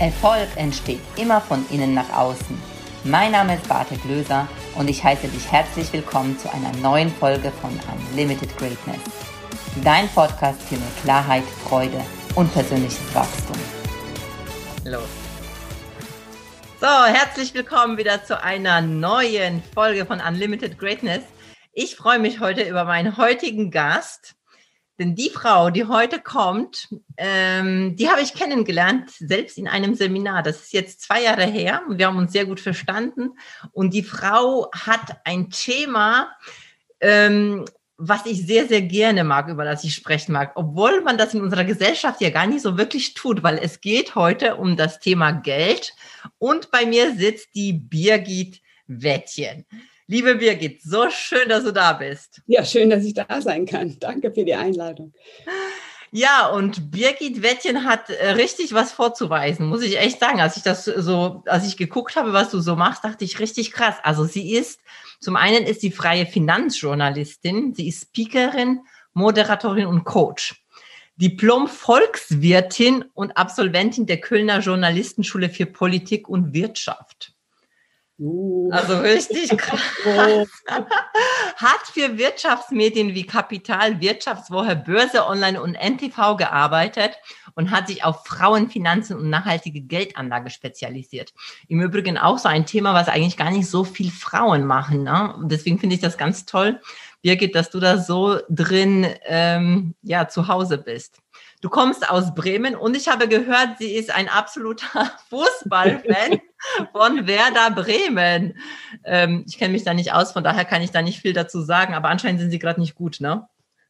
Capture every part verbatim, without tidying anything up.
Erfolg entsteht immer von innen nach außen. Mein Name ist Bartek Löser und ich heiße dich herzlich willkommen zu einer neuen Folge von Unlimited Greatness. Dein Podcast für mehr Klarheit, Freude und persönliches Wachstum. Los! So, herzlich willkommen wieder zu einer neuen Folge von Unlimited Greatness. Ich freue mich heute über meinen heutigen Gast. Denn die Frau, die heute kommt, ähm, die habe ich kennengelernt, selbst in einem Seminar. Das ist jetzt zwei Jahre her und wir haben uns sehr gut verstanden. Und die Frau hat ein Thema, ähm, was ich sehr, sehr gerne mag, über das ich sprechen mag. Obwohl man das in unserer Gesellschaft ja gar nicht so wirklich tut, weil es geht heute um das Thema Geld. Und bei mir sitzt die Birgit Wettjen. Liebe Birgit, so schön, dass du da bist. Ja, schön, dass ich da sein kann. Danke für die Einladung. Ja, und Birgit Wettjen hat richtig was vorzuweisen, muss ich echt sagen. Als ich das so, als ich geguckt habe, was du so machst, dachte ich richtig krass. Also sie ist, zum einen ist sie freie Finanzjournalistin, sie ist Speakerin, Moderatorin und Coach. Diplom-Volkswirtin und Absolventin der Kölner Journalistenschule für Politik und Wirtschaft. Uh. Also richtig krass. Oh. Hat für Wirtschaftsmedien wie Kapital, Wirtschaftswoche, Börse Online und N T V gearbeitet und hat sich auf Frauenfinanzen und nachhaltige Geldanlage spezialisiert. Im Übrigen auch so ein Thema, was eigentlich gar nicht so viel Frauen machen. Ne? Und deswegen finde ich das ganz toll, Birgit, dass du da so drin ähm, ja, zu Hause bist. Du kommst aus Bremen und ich habe gehört, sie ist ein absoluter Fußballfan von Werder Bremen. Ähm, ich kenne mich da nicht aus, von daher kann ich da nicht viel dazu sagen, aber anscheinend sind sie gerade nicht gut, ne?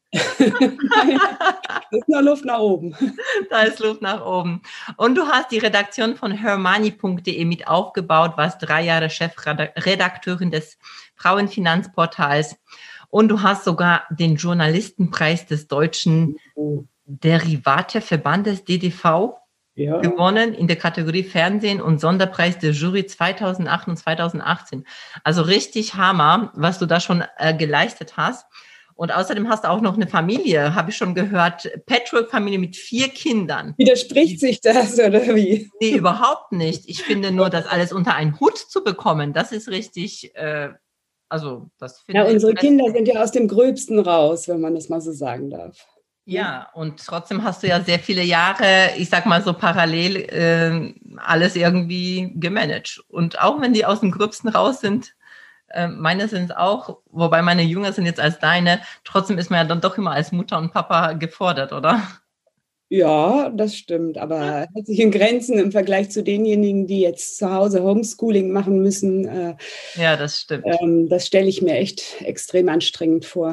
Da ist noch Luft nach oben. Da ist Luft nach oben. Und du hast die Redaktion von hermoney punkt de mit aufgebaut, warst drei Jahre Chefredakteurin des Frauenfinanzportals und du hast sogar den Journalistenpreis des Deutschen Derivateverbandes D D V ja. gewonnen in der Kategorie Fernsehen und Sonderpreis der Jury zweitausendacht und zweitausendachtzehn. Also richtig Hammer, was du da schon äh, geleistet hast. Und außerdem hast du auch noch eine Familie, habe ich schon gehört, Patchwork-Familie mit vier Kindern. Widerspricht sich das oder wie? Nee, überhaupt nicht. Ich finde nur, das alles unter einen Hut zu bekommen, das ist richtig, äh, also das finde ich. Ja, unsere ich Kinder sind ja aus dem Gröbsten raus, wenn man das mal so sagen darf. Ja, und trotzdem hast du ja sehr viele Jahre, ich sag mal so parallel, äh, alles irgendwie gemanagt. Und auch wenn die aus dem Gröbsten raus sind, äh, meine sind es auch, wobei meine jünger sind jetzt als deine, trotzdem ist man ja dann doch immer als Mutter und Papa gefordert, oder? Ja, das stimmt, aber hält sich in Grenzen im Vergleich zu denjenigen, die jetzt zu Hause Homeschooling machen müssen. Äh, ja, das stimmt. Ähm, das stelle ich mir echt extrem anstrengend vor.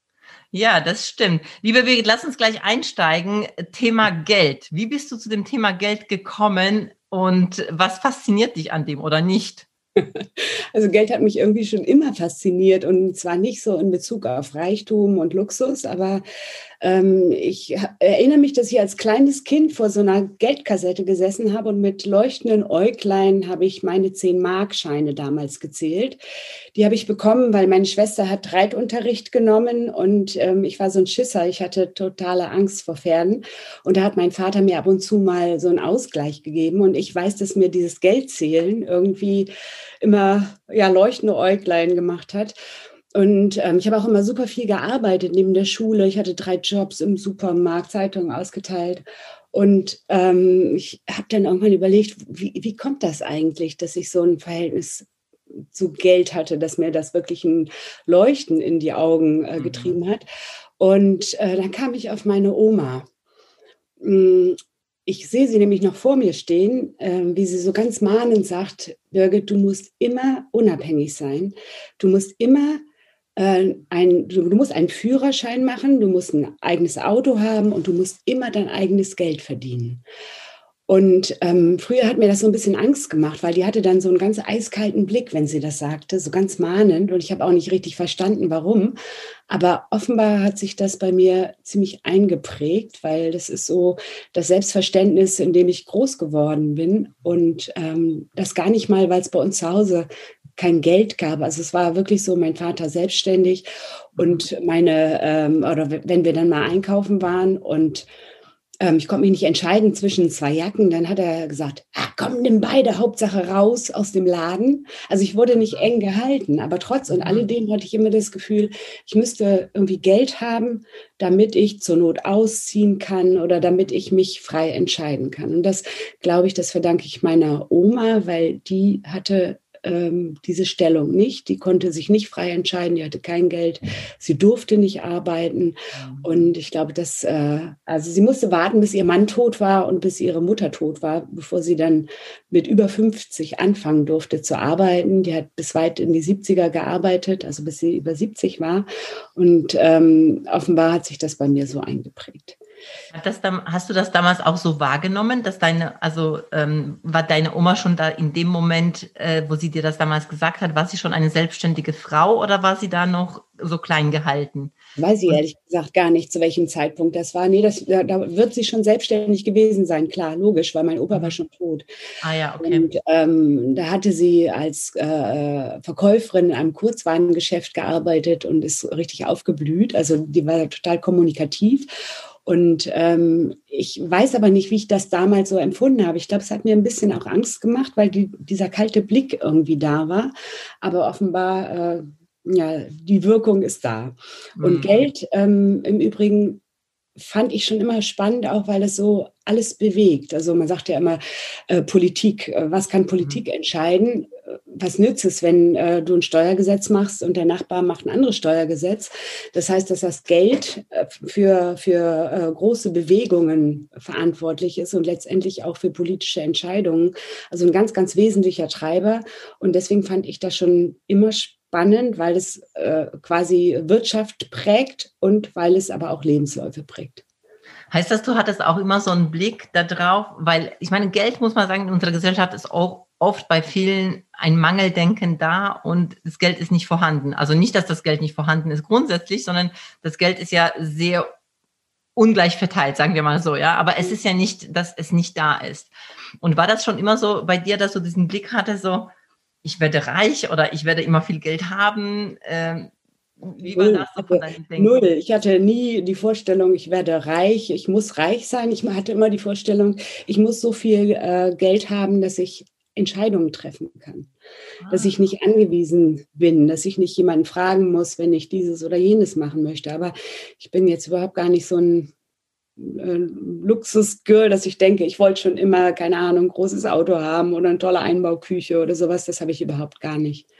Ja, das stimmt. Liebe Birgit, lass uns gleich einsteigen. Thema Geld. Wie bist du zu dem Thema Geld gekommen und was fasziniert dich an dem oder nicht? Also Geld hat mich irgendwie schon immer fasziniert und zwar nicht so in Bezug auf Reichtum und Luxus, aber ähm, ich erinnere mich, dass ich als kleines Kind vor so einer Geldkassette gesessen habe und mit leuchtenden Äuglein habe ich meine zehn-Mark-Scheine damals gezählt. Die habe ich bekommen, weil meine Schwester hat Reitunterricht genommen und ähm, ich war so ein Schisser, ich hatte totale Angst vor Pferden und da hat mein Vater mir ab und zu mal so einen Ausgleich gegeben und ich weiß, dass mir dieses Geldzählen irgendwie immer ja, leuchtende Äuglein gemacht hat. Und ähm, ich habe auch immer super viel gearbeitet neben der Schule. Ich hatte drei Jobs im Supermarkt, Zeitungen ausgeteilt. Und ähm, ich habe dann irgendwann überlegt, wie, wie kommt das eigentlich, dass ich so ein Verhältnis zu Geld hatte, dass mir das wirklich ein Leuchten in die Augen äh, getrieben hat. Und äh, dann kam ich auf meine Oma. Ich sehe sie nämlich noch vor mir stehen, äh, wie sie so ganz mahnend sagt, Birgit, du musst immer unabhängig sein. Du musst immer äh, ein, du, du musst einen Führerschein machen, du musst ein eigenes Auto haben und du musst immer dein eigenes Geld verdienen. Und ähm, früher hat mir das so ein bisschen Angst gemacht, weil die hatte dann so einen ganz eiskalten Blick, wenn sie das sagte, so ganz mahnend. Und ich habe auch nicht richtig verstanden, warum. Aber offenbar hat sich das bei mir ziemlich eingeprägt, weil das ist so das Selbstverständnis, in dem ich groß geworden bin. Und ähm, das gar nicht mal, weil es bei uns zu Hause kein Geld gab. Also es war wirklich so, mein Vater selbstständig und meine, ähm, oder wenn wir dann mal einkaufen waren und ähm, ich konnte mich nicht entscheiden zwischen zwei Jacken. Dann hat er gesagt, ah, komm, nimm beide, Hauptsache raus aus dem Laden. Also ich wurde nicht eng gehalten, aber trotz und alledem hatte ich immer das Gefühl, ich müsste irgendwie Geld haben, damit ich zur Not ausziehen kann oder damit ich mich frei entscheiden kann. Und das, glaube ich, das verdanke ich meiner Oma, weil die hatte ähm, diese Stellung nicht. Die konnte sich nicht frei entscheiden, die hatte kein Geld, sie durfte nicht arbeiten. Und ich glaube, dass, äh, also sie musste warten, bis ihr Mann tot war und bis ihre Mutter tot war, bevor sie dann mit über fünfzig anfangen durfte zu arbeiten. Die hat bis weit in die siebziger gearbeitet, also bis sie über siebzig war. Und ähm, offenbar hat sich das bei mir so eingeprägt. Hat das dann, hast du das damals auch so wahrgenommen, dass deine, also ähm, war deine Oma schon da in dem Moment, äh, wo sie dir das damals gesagt hat, war sie schon eine selbstständige Frau oder war sie da noch so klein gehalten? Weiß ich ehrlich gesagt gar nicht, zu welchem Zeitpunkt das war. Nee, das, da, da wird sie schon selbstständig gewesen sein, klar, logisch, weil mein Opa war schon tot. Ah ja, okay. Und ähm, da hatte sie als äh, Verkäuferin in einem Kurzwarengeschäft gearbeitet und ist richtig aufgeblüht. Also die war total kommunikativ. Und ähm, ich weiß aber nicht, wie ich das damals so empfunden habe. Ich glaube, es hat mir ein bisschen auch Angst gemacht, weil die, dieser kalte Blick irgendwie da war. Aber offenbar, äh, ja, die Wirkung ist da. Und Mhm. Geld ähm, im Übrigen fand ich schon immer spannend, auch weil es so alles bewegt. Also man sagt ja immer äh, Politik. Was kann Politik entscheiden? Was nützt es, wenn äh, du ein Steuergesetz machst und der Nachbar macht ein anderes Steuergesetz? Das heißt, dass das Geld äh, für, für äh, große Bewegungen verantwortlich ist und letztendlich auch für politische Entscheidungen. Also ein ganz, ganz wesentlicher Treiber. Und deswegen fand ich das schon immer spannend, weil es äh, quasi Wirtschaft prägt und weil es aber auch Lebensläufe prägt. Heißt das, du hattest auch immer so einen Blick da drauf? Weil ich meine, Geld, muss man sagen, in unserer Gesellschaft ist auch oft bei vielen ein Mangeldenken da und das Geld ist nicht vorhanden. Also nicht, dass das Geld nicht vorhanden ist grundsätzlich, sondern das Geld ist ja sehr ungleich verteilt, sagen wir mal so, ja. Aber es ist ja nicht, dass es nicht da ist. Und war das schon immer so bei dir, dass du diesen Blick hattest, so, ich werde reich oder ich werde immer viel Geld haben? Ähm, Wie war das so von deinem Denken? Null. Ich hatte nie die Vorstellung, ich werde reich, ich muss reich sein. Ich hatte immer die Vorstellung, ich muss so viel äh, Geld haben, dass ich Entscheidungen treffen kann. Ah. Dass ich nicht angewiesen bin, dass ich nicht jemanden fragen muss, wenn ich dieses oder jenes machen möchte. Aber ich bin jetzt überhaupt gar nicht so ein äh, Luxusgirl, dass ich denke, ich wollte schon immer, keine Ahnung, ein großes Auto haben oder eine tolle Einbauküche oder sowas. Das habe ich überhaupt gar nicht.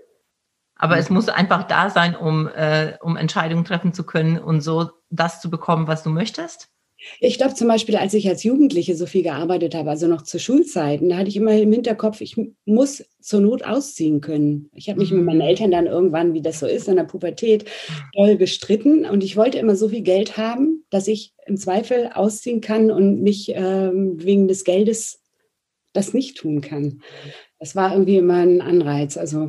Aber es muss einfach da sein, um, äh, um Entscheidungen treffen zu können und so das zu bekommen, was du möchtest? Ich glaube zum Beispiel, als ich als Jugendliche so viel gearbeitet habe, also noch zu Schulzeiten, da hatte ich immer im Hinterkopf, ich muss zur Not ausziehen können. Ich habe mich mhm. mit meinen Eltern dann irgendwann, wie das so ist, in der Pubertät, doll gestritten und ich wollte immer so viel Geld haben, dass ich im Zweifel ausziehen kann und mich ähm, wegen des Geldes das nicht tun kann. Das war irgendwie immer ein Anreiz, also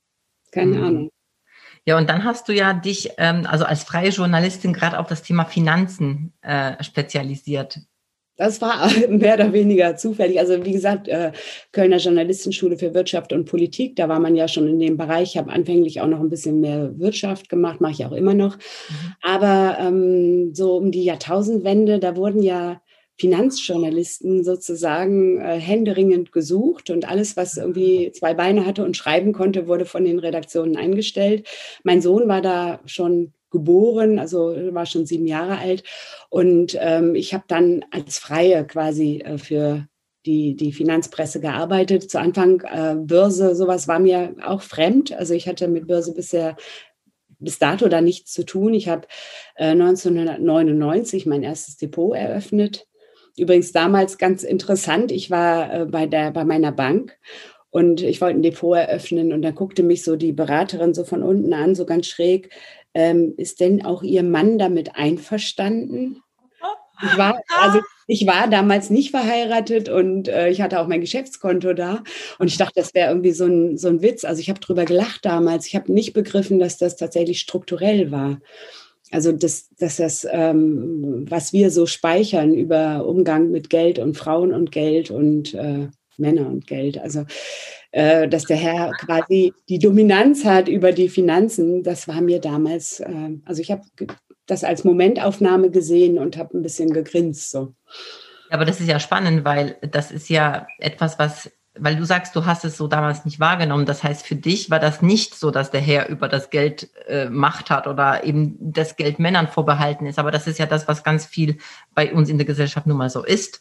keine mhm. Ahnung. Ja, und dann hast du ja dich ähm, also als freie Journalistin gerade auf das Thema Finanzen äh, spezialisiert. Das war mehr oder weniger zufällig. Also wie gesagt, äh, Kölner Journalistenschule für Wirtschaft und Politik, da war man ja schon in dem Bereich. Ich habe anfänglich auch noch ein bisschen mehr Wirtschaft gemacht, mache ich auch immer noch. Mhm. Aber ähm, so um die Jahrtausendwende, da wurden ja Finanzjournalisten sozusagen äh, händeringend gesucht und alles, was irgendwie zwei Beine hatte und schreiben konnte, wurde von den Redaktionen eingestellt. Mein Sohn war da schon geboren, also war schon sieben Jahre alt und ähm, ich habe dann als Freie quasi äh, für die, die Finanzpresse gearbeitet. Zu Anfang äh, Börse, sowas war mir auch fremd, also ich hatte mit Börse bisher bis dato da nichts zu tun. Ich habe äh, neunzehnhundertneunundneunzig mein erstes Depot eröffnet. Übrigens damals ganz interessant, ich war äh, bei, der, bei meiner Bank und ich wollte ein Depot eröffnen und dann guckte mich so die Beraterin so von unten an, so ganz schräg, ähm, ist denn auch Ihr Mann damit einverstanden? Ich war, also ich war damals nicht verheiratet und äh, ich hatte auch mein Geschäftskonto da und ich dachte, das wäre irgendwie so ein, so ein Witz. Also ich habe drüber gelacht damals. Ich habe nicht begriffen, dass das tatsächlich strukturell war. Also dass das, das ähm, was wir so speichern über Umgang mit Geld und Frauen und Geld und äh, Männer und Geld. Also äh, dass der Herr quasi die Dominanz hat über die Finanzen, das war mir damals, äh, also ich habe das als Momentaufnahme gesehen und habe ein bisschen gegrinst. So. Aber das ist ja spannend, weil das ist ja etwas, was, weil du sagst, du hast es so damals nicht wahrgenommen. Das heißt, für dich war das nicht so, dass der Herr über das Geld äh, Macht hat oder eben das Geld Männern vorbehalten ist. Aber das ist ja das, was ganz viel bei uns in der Gesellschaft nun mal so ist.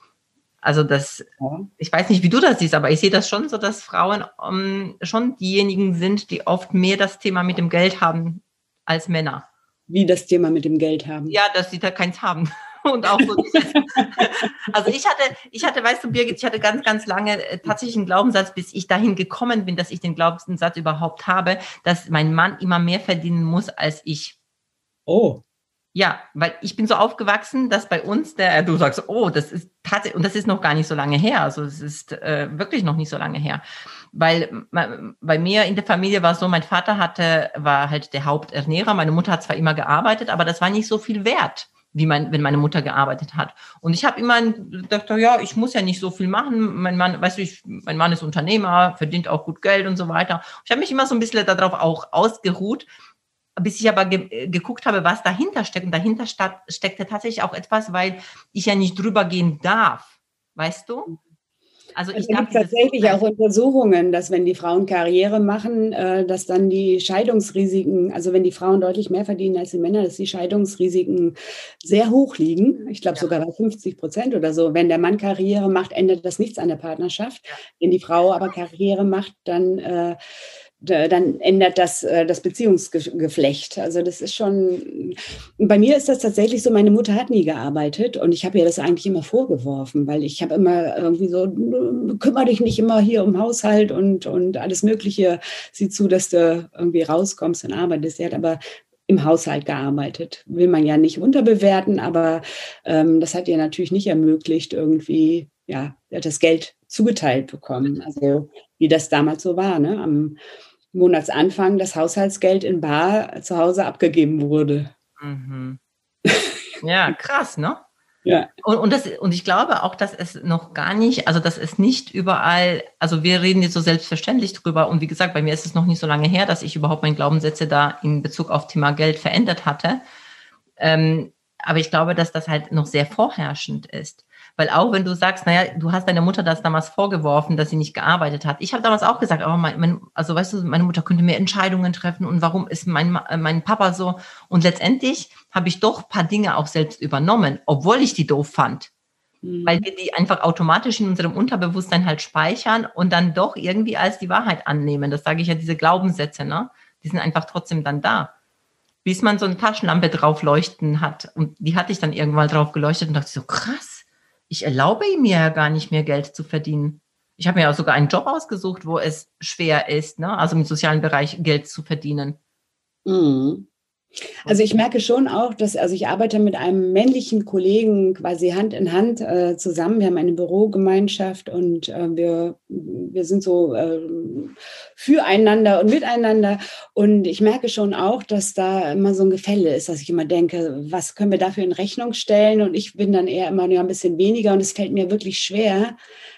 Also das, ja. Ich weiß nicht, wie du das siehst, aber ich sehe das schon so, dass Frauen um, schon diejenigen sind, die oft mehr das Thema mit dem Geld haben als Männer. Wie das Thema mit dem Geld haben? Ja, dass sie da keins haben. Und auch so dieses, also ich hatte, ich hatte, weißt du, Birgit, ich hatte ganz, ganz lange äh, tatsächlich einen Glaubenssatz, bis ich dahin gekommen bin, dass ich den Glaubenssatz überhaupt habe, dass mein Mann immer mehr verdienen muss als ich. Oh. Ja, weil ich bin so aufgewachsen, dass bei uns der, du sagst, oh, das ist tatsächlich, und das ist noch gar nicht so lange her, also es ist äh, wirklich noch nicht so lange her, weil bei mir in der Familie war es so, mein Vater hatte, war halt der Haupternährer, meine Mutter hat zwar immer gearbeitet, aber das war nicht so viel wert, wie mein, wenn meine Mutter gearbeitet hat. Und ich habe immer gedacht, ja, ich muss ja nicht so viel machen, mein Mann, weißt du, ich, mein Mann ist Unternehmer, verdient auch gut Geld und so weiter. Ich habe mich immer so ein bisschen darauf auch ausgeruht, bis ich aber ge- geguckt habe, was dahinter steckt. Und dahinter sta- steckte tatsächlich auch etwas, weil ich ja nicht drüber gehen darf. Weißt du? Also ich habe tatsächlich auch Untersuchungen, dass wenn die Frauen Karriere machen, äh, dass dann die Scheidungsrisiken, also wenn die Frauen deutlich mehr verdienen als die Männer, dass die Scheidungsrisiken sehr hoch liegen. Ich glaube ja. sogar bei fünfzig Prozent oder so. Wenn der Mann Karriere macht, ändert das nichts an der Partnerschaft. Ja. Wenn die Frau aber Karriere macht, dann äh, dann ändert das das Beziehungsgeflecht. Also das ist schon, bei mir ist das tatsächlich so, meine Mutter hat nie gearbeitet und ich habe ihr das eigentlich immer vorgeworfen, weil ich habe immer irgendwie so, kümmere dich nicht immer hier um Haushalt und, und alles Mögliche, sieh zu, dass du irgendwie rauskommst und arbeitest. Sie hat aber im Haushalt gearbeitet. Will man ja nicht unterbewerten, aber ähm, das hat ihr natürlich nicht ermöglicht, irgendwie ja das Geld zugeteilt bekommen. Also wie das damals so war, ne? Am Monatsanfang das Haushaltsgeld in bar zu Hause abgegeben wurde. Mhm. Ja, krass, ne? Ja. Und, und, das, und ich glaube auch, dass es noch gar nicht, also dass es nicht überall, also wir reden jetzt so selbstverständlich drüber und wie gesagt, bei mir ist es noch nicht so lange her, dass ich überhaupt meine Glaubenssätze da in Bezug auf Thema Geld verändert hatte. Ähm, aber ich glaube, dass das halt noch sehr vorherrschend ist. Weil auch wenn du sagst, naja, du hast deiner Mutter das damals vorgeworfen, dass sie nicht gearbeitet hat. Ich habe damals auch gesagt, aber mein, mein, also weißt du, meine Mutter könnte mehr Entscheidungen treffen und warum ist mein, mein Papa so? Und letztendlich habe ich doch ein paar Dinge auch selbst übernommen, obwohl ich die doof fand. Mhm. Weil wir die einfach automatisch in unserem Unterbewusstsein halt speichern und dann doch irgendwie als die Wahrheit annehmen. Das sage ich ja, diese Glaubenssätze, ne? Die sind einfach trotzdem dann da. Bis man so eine Taschenlampe drauf leuchten hat. Und die hatte ich dann irgendwann drauf geleuchtet und dachte so, krass. Ich erlaube mir ja gar nicht mehr Geld zu verdienen. Ich habe mir auch sogar einen Job ausgesucht, wo es schwer ist, ne? Also im sozialen Bereich Geld zu verdienen. Mhm. Also ich merke schon auch, dass, also ich arbeite mit einem männlichen Kollegen quasi Hand in Hand äh, zusammen. Wir haben eine Bürogemeinschaft und äh, wir, wir sind so äh, füreinander und miteinander. Und ich merke schon auch, dass da immer so ein Gefälle ist, dass ich immer denke, was können wir dafür in Rechnung stellen? Und ich bin dann eher immer nur ein bisschen weniger und es fällt mir wirklich schwer,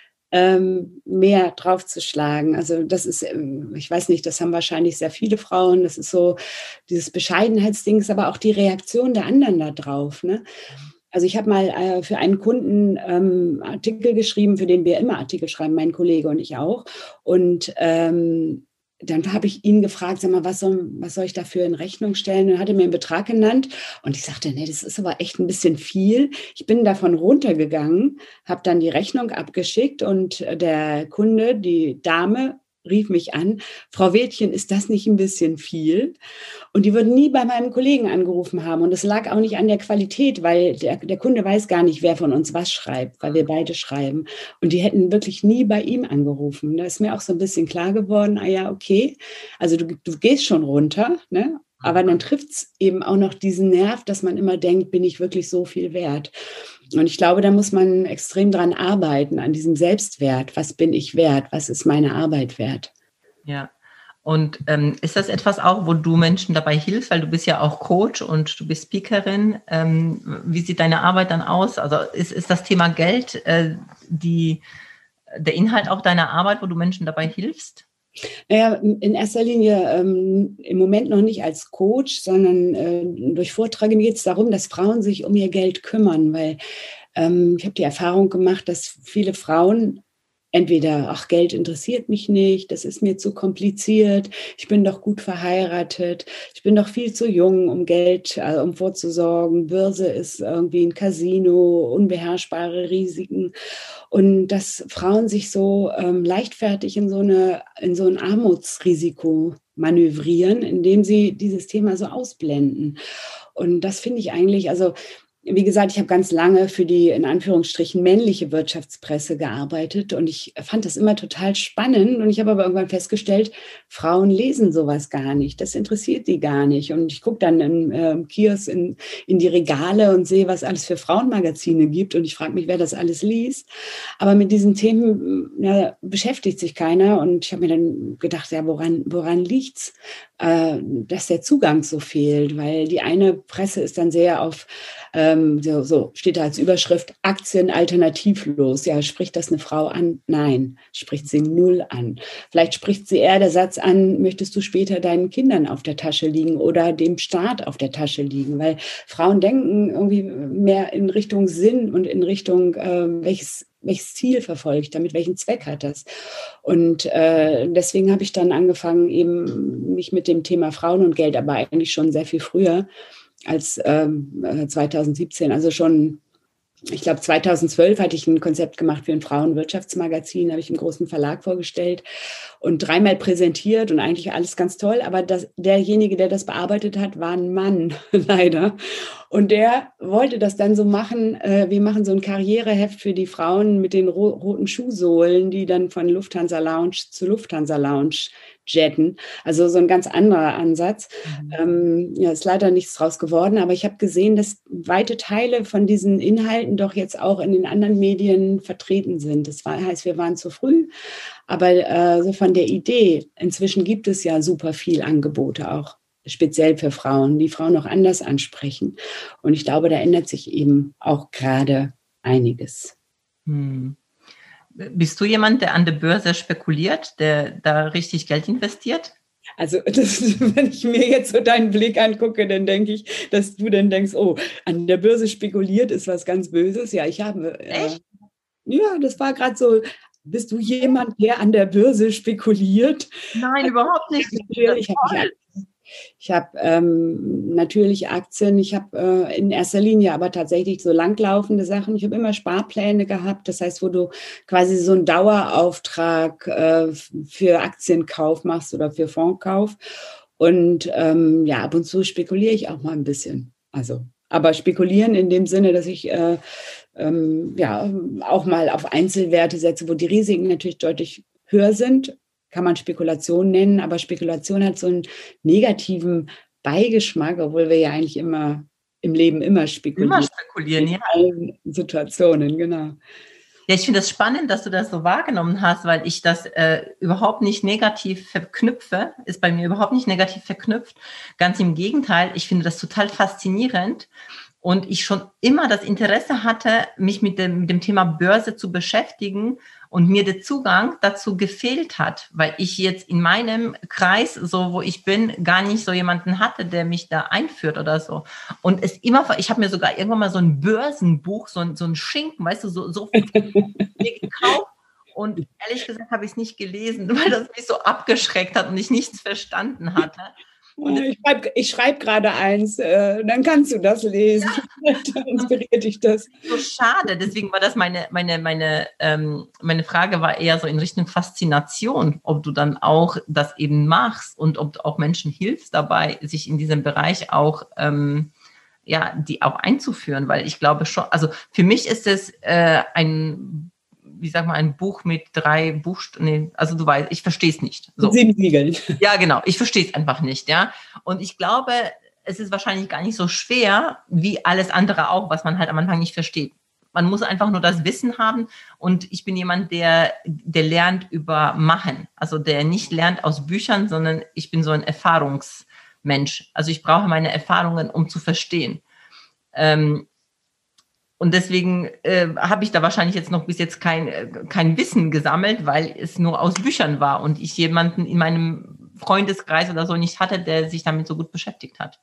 Ähm, mehr draufzuschlagen. Also das ist, ich weiß nicht, das haben wahrscheinlich sehr viele Frauen, das ist so dieses Bescheidenheitsding, ist aber auch die Reaktion der anderen da drauf. Ne? Also ich habe mal äh, für einen Kunden ähm, Artikel geschrieben, für den wir immer Artikel schreiben, mein Kollege und ich auch. Und ähm, dann habe ich ihn gefragt, sag mal, was soll, was soll ich dafür in Rechnung stellen? Und er hatte mir einen Betrag genannt und ich sagte, nee, das ist aber echt ein bisschen viel. Ich bin davon runtergegangen, habe dann die Rechnung abgeschickt und der Kunde, die Dame, rief mich an, Frau Wädchen, ist das nicht ein bisschen viel? Und die würden nie bei meinem Kollegen angerufen haben. Und es lag auch nicht an der Qualität, weil der, der Kunde weiß gar nicht, wer von uns was schreibt, weil wir beide schreiben. Und die hätten wirklich nie bei ihm angerufen. Da ist mir auch so ein bisschen klar geworden, ah ja, okay, also du, du gehst schon runter, ne? Aber dann trifft es eben auch noch diesen Nerv, dass man immer denkt, bin ich wirklich so viel wert? Und ich glaube, da muss man extrem dran arbeiten, an diesem Selbstwert. Was bin ich wert? Was ist meine Arbeit wert? Ja. Und ähm, ist das etwas auch, wo du Menschen dabei hilfst, weil du bist ja auch Coach und du bist Speakerin. Ähm, wie sieht deine Arbeit dann aus? Also ist, ist das Thema Geld äh, die, der Inhalt auch deiner Arbeit, wo du Menschen dabei hilfst? Naja, in erster Linie ähm, im Moment noch nicht als Coach, sondern äh, durch Vorträge. Mir geht es darum, dass Frauen sich um ihr Geld kümmern, weil ähm, ich habe die Erfahrung gemacht, dass viele Frauen entweder, ach, Geld interessiert mich nicht, das ist mir zu kompliziert, ich bin doch gut verheiratet, ich bin doch viel zu jung, um Geld, also um vorzusorgen, Börse ist irgendwie ein Casino, unbeherrschbare Risiken. Und dass Frauen sich so ähm, leichtfertig in so eine, in so ein Armutsrisiko manövrieren, indem sie dieses Thema so ausblenden. Und das finde ich eigentlich, also wie gesagt, ich habe ganz lange für die in Anführungsstrichen männliche Wirtschaftspresse gearbeitet und ich fand das immer total spannend. Und ich habe aber irgendwann festgestellt, Frauen lesen sowas gar nicht. Das interessiert die gar nicht. Und ich gucke dann im äh, Kiosk in, in die Regale und sehe, was alles für Frauenmagazine gibt. Und ich frage mich, wer das alles liest. Aber mit diesen Themen ja, beschäftigt sich keiner. Und ich habe mir dann gedacht, ja, woran, woran liegt's? Äh, dass der Zugang so fehlt, weil die eine Presse ist dann sehr auf, ähm, so, so steht da als Überschrift, Aktien alternativlos. Ja, spricht das eine Frau an? Nein, spricht sie null an. Vielleicht spricht sie eher der Satz an, möchtest du später deinen Kindern auf der Tasche liegen oder dem Staat auf der Tasche liegen? Weil Frauen denken irgendwie mehr in Richtung Sinn und in Richtung, äh, welches welches Ziel verfolgt damit, welchen Zweck hat das? Und äh, deswegen habe ich dann angefangen, eben mich mit dem Thema Frauen und Geld, aber eigentlich schon sehr viel früher als ähm, zwanzig siebzehn, also schon, ich glaube zweitausendzwölf hatte ich ein Konzept gemacht für ein Frauenwirtschaftsmagazin, habe ich im großen Verlag vorgestellt und dreimal präsentiert und eigentlich alles ganz toll, aber das, derjenige, der das bearbeitet hat, war ein Mann, leider. Und der wollte das dann so machen, äh, wir machen so ein Karriereheft für die Frauen mit den ro- roten Schuhsohlen, die dann von Lufthansa Lounge zu Lufthansa Lounge jetten. Also so ein ganz anderer Ansatz. Mhm. Ähm, ja, ist leider nichts draus geworden, aber ich habe gesehen, dass weite Teile von diesen Inhalten doch jetzt auch in den anderen Medien vertreten sind. Das war, heißt, wir waren zu früh, aber äh, so von der Idee, inzwischen gibt es ja super viel Angebote auch, speziell für Frauen, die Frauen auch anders ansprechen. Und ich glaube, da ändert sich eben auch gerade einiges. Hm. Bist du jemand, der an der Börse spekuliert, der da richtig Geld investiert? Also das, wenn ich mir jetzt so deinen Blick angucke, dann denke ich, dass du dann denkst, oh, an der Börse spekuliert ist was ganz Böses. Ja, ich habe... Echt? Äh, ja, das war gerade so... Bist du jemand, der an der Börse spekuliert? Nein, überhaupt nicht. Natürlich habe ich Ich habe ähm, natürlich Aktien, ich habe äh, in erster Linie aber tatsächlich so langlaufende Sachen. Ich habe immer Sparpläne gehabt, das heißt, wo du quasi so einen Dauerauftrag äh, für Aktienkauf machst oder für Fondskauf. Und ähm, ja, ab und zu spekuliere ich auch mal ein bisschen. Also, aber spekulieren in dem Sinne, dass ich äh, ähm, ja auch mal auf Einzelwerte setze, wo die Risiken natürlich deutlich höher sind. Kann man Spekulation nennen, aber Spekulation hat so einen negativen Beigeschmack, obwohl wir ja eigentlich immer im Leben immer spekulieren. Immer spekulieren, in ja. allen Situationen, genau. Ja, ich finde das spannend, dass du das so wahrgenommen hast, weil ich das äh, überhaupt nicht negativ verknüpfe, ist bei mir überhaupt nicht negativ verknüpft. Ganz im Gegenteil, ich finde das total faszinierend. Und ich schon immer das Interesse hatte, mich mit dem, mit dem Thema Börse zu beschäftigen und mir der Zugang dazu gefehlt hat, weil ich jetzt in meinem Kreis, so wo ich bin, gar nicht so jemanden hatte, der mich da einführt oder so. Und es immer, ich habe mir sogar irgendwann mal so ein Börsenbuch, so ein, so ein Schinken, weißt du, so, so gekauft. Und ehrlich gesagt habe ich es nicht gelesen, weil das mich so abgeschreckt hat und ich nichts verstanden hatte. Und ich schreibe ich schreib gerade eins, äh, dann kannst du das lesen. Ja. Dann inspiriert dich das. So schade, deswegen war das meine, meine, meine, ähm, meine Frage war eher so in Richtung Faszination, ob du dann auch das eben machst und ob du auch Menschen hilfst dabei, sich in diesem Bereich auch, ähm, ja, die auch einzuführen, weil ich glaube schon, also für mich ist es äh, ein wie sag mal, ein Buch mit drei Buchstaben, nee, also du weißt, ich verstehe es nicht. So. Sieben Siegeln. Ja, genau, ich verstehe es einfach nicht, ja. Und ich glaube, es ist wahrscheinlich gar nicht so schwer, wie alles andere auch, was man halt am Anfang nicht versteht. Man muss einfach nur das Wissen haben und ich bin jemand, der, der lernt über Machen, also der nicht lernt aus Büchern, sondern ich bin so ein Erfahrungsmensch. Also ich brauche meine Erfahrungen, um zu verstehen. Ähm, Und deswegen äh, habe ich da wahrscheinlich jetzt noch bis jetzt kein, äh, kein Wissen gesammelt, weil es nur aus Büchern war und ich jemanden in meinem Freundeskreis oder so nicht hatte, der sich damit so gut beschäftigt hat.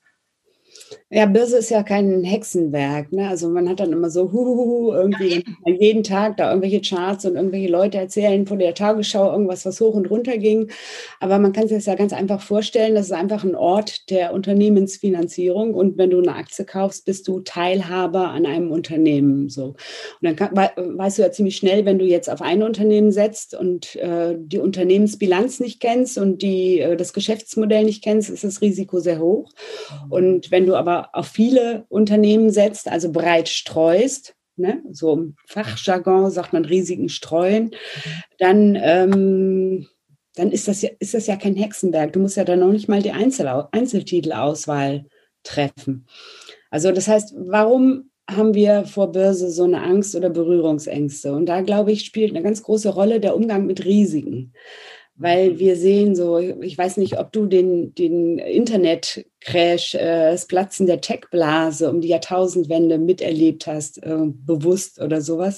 Ja, Börse ist ja kein Hexenwerk, ne? Also man hat dann immer so huhuhu, irgendwie ja, jeden Tag da irgendwelche Charts und irgendwelche Leute erzählen von der Tagesschau irgendwas, was hoch und runter ging. Aber man kann sich das ja ganz einfach vorstellen, das ist einfach ein Ort der Unternehmensfinanzierung und wenn du eine Aktie kaufst, bist du Teilhaber an einem Unternehmen. So. Und dann kann, weißt du ja ziemlich schnell, wenn du jetzt auf ein Unternehmen setzt und äh, die Unternehmensbilanz nicht kennst und die, äh, das Geschäftsmodell nicht kennst, ist das Risiko sehr hoch. Und wenn du aber auf viele Unternehmen setzt, also breit streust, ne, so im Fachjargon sagt man Risiken streuen, dann, ähm, dann ist, das ja, ist das ja kein Hexenwerk. Du musst ja dann noch nicht mal die Einzel Einzeltitelauswahl treffen. Also das heißt, warum haben wir vor Börse so eine Angst oder Berührungsängste? Und da, glaube ich, spielt eine ganz große Rolle der Umgang mit Risiken. Weil wir sehen so, ich weiß nicht, ob du den, den Internet-Crash, äh, das Platzen der Tech-Blase um die Jahrtausendwende miterlebt hast, äh, bewusst oder sowas,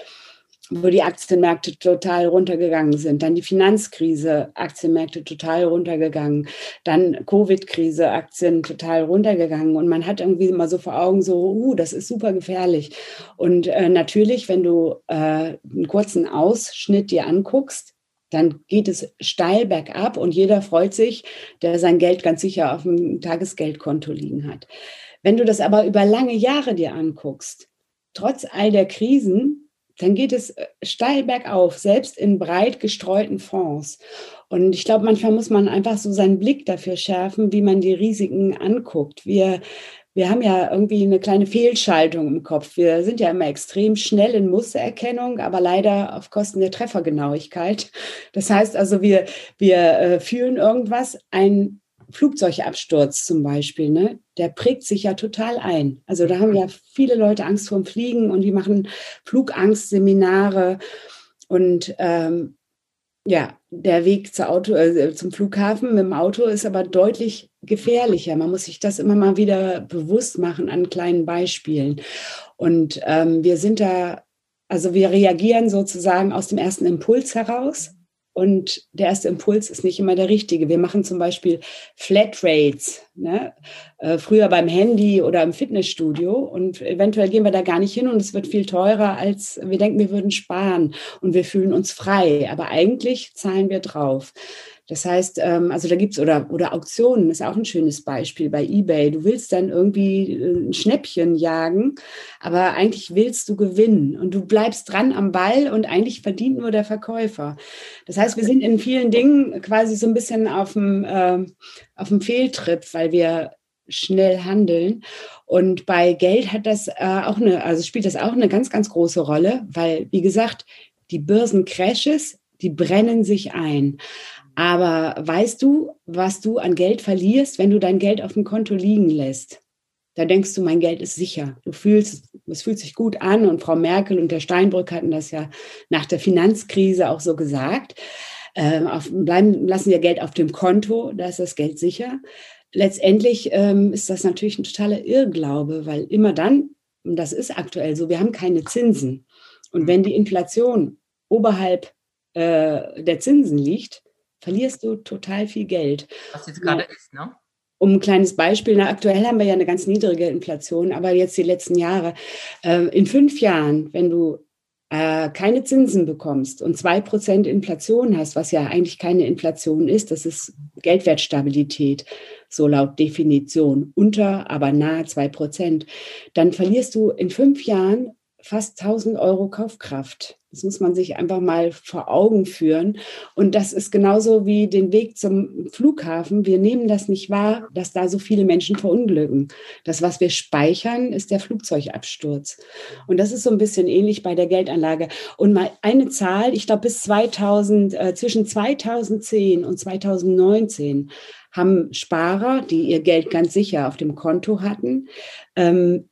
wo die Aktienmärkte total runtergegangen sind. Dann die Finanzkrise, Aktienmärkte total runtergegangen. Dann Covid-Krise, Aktien total runtergegangen. Und man hat irgendwie immer so vor Augen so, uh, das ist super gefährlich. Und äh, natürlich, wenn du äh, einen kurzen Ausschnitt dir anguckst, dann geht es steil bergab und jeder freut sich, der sein Geld ganz sicher auf dem Tagesgeldkonto liegen hat. Wenn du das aber über lange Jahre dir anguckst, trotz all der Krisen, dann geht es steil bergauf, selbst in breit gestreuten Fonds. Und ich glaube, manchmal muss man einfach so seinen Blick dafür schärfen, wie man die Risiken anguckt. Wir Wir haben ja irgendwie eine kleine Fehlschaltung im Kopf. Wir sind ja immer extrem schnell in Mustererkennung, aber leider auf Kosten der Treffergenauigkeit. Das heißt also, wir, wir äh, fühlen irgendwas, ein Flugzeugabsturz zum Beispiel, ne? Der prägt sich ja total ein. Also da haben ja viele Leute Angst vorm Fliegen und die machen Flugangstseminare und ähm, ja, der Weg zur Auto, äh, zum Flughafen mit dem Auto ist aber deutlich gefährlicher. Man muss sich das immer mal wieder bewusst machen an kleinen Beispielen. Und ähm, wir sind da, also wir reagieren sozusagen aus dem ersten Impuls heraus. Und der erste Impuls ist nicht immer der richtige. Wir machen zum Beispiel Flatrates, ne? äh, früher beim Handy oder im Fitnessstudio. Und eventuell gehen wir da gar nicht hin und es wird viel teurer, als wir denken, wir würden sparen. Und wir fühlen uns frei. Aber eigentlich zahlen wir drauf. Das heißt, ähm, also da gibt's oder, oder Auktionen ist auch ein schönes Beispiel bei eBay. Du willst dann irgendwie ein Schnäppchen jagen, aber eigentlich willst du gewinnen und du bleibst dran am Ball und eigentlich verdient nur der Verkäufer. Das heißt, wir sind in vielen Dingen quasi so ein bisschen auf dem, äh, auf dem Fehltrip, weil wir schnell handeln. Und bei Geld hat das äh, auch eine, also spielt das auch eine ganz, ganz große Rolle, weil, wie gesagt, die Börsencrashes, die brennen sich ein. Aber weißt du, was du an Geld verlierst, wenn du dein Geld auf dem Konto liegen lässt? Da denkst du, mein Geld ist sicher. Du fühlst, es fühlt sich gut an und Frau Merkel und der Steinbrück hatten das ja nach der Finanzkrise auch so gesagt. Ähm, auf, bleiben, lassen wir Geld auf dem Konto, da ist das Geld sicher. Letztendlich ähm, ist das natürlich ein totaler Irrglaube, weil immer dann, und das ist aktuell so, wir haben keine Zinsen. Und wenn die Inflation oberhalb äh, der Zinsen liegt, verlierst du total viel Geld. Was jetzt gerade ja. ist, ne? Um ein kleines Beispiel, na, aktuell haben wir ja eine ganz niedrige Inflation, aber jetzt die letzten Jahre, äh, in fünf Jahren, wenn du äh, keine Zinsen bekommst und zwei Prozent Inflation hast, was ja eigentlich keine Inflation ist, das ist Geldwertstabilität, so laut Definition, unter, aber nahe zwei Prozent, dann verlierst du in fünf Jahren fast tausend Euro Kaufkraft. Das muss man sich einfach mal vor Augen führen. Und das ist genauso wie den Weg zum Flughafen. Wir nehmen das nicht wahr, dass da so viele Menschen verunglücken. Das, was wir speichern, ist der Flugzeugabsturz. Und das ist so ein bisschen ähnlich bei der Geldanlage. Und mal eine Zahl, ich glaube bis zweitausend, äh, zwischen zweitausendzehn und zweitausendneunzehn haben Sparer, die ihr Geld ganz sicher auf dem Konto hatten, ähm,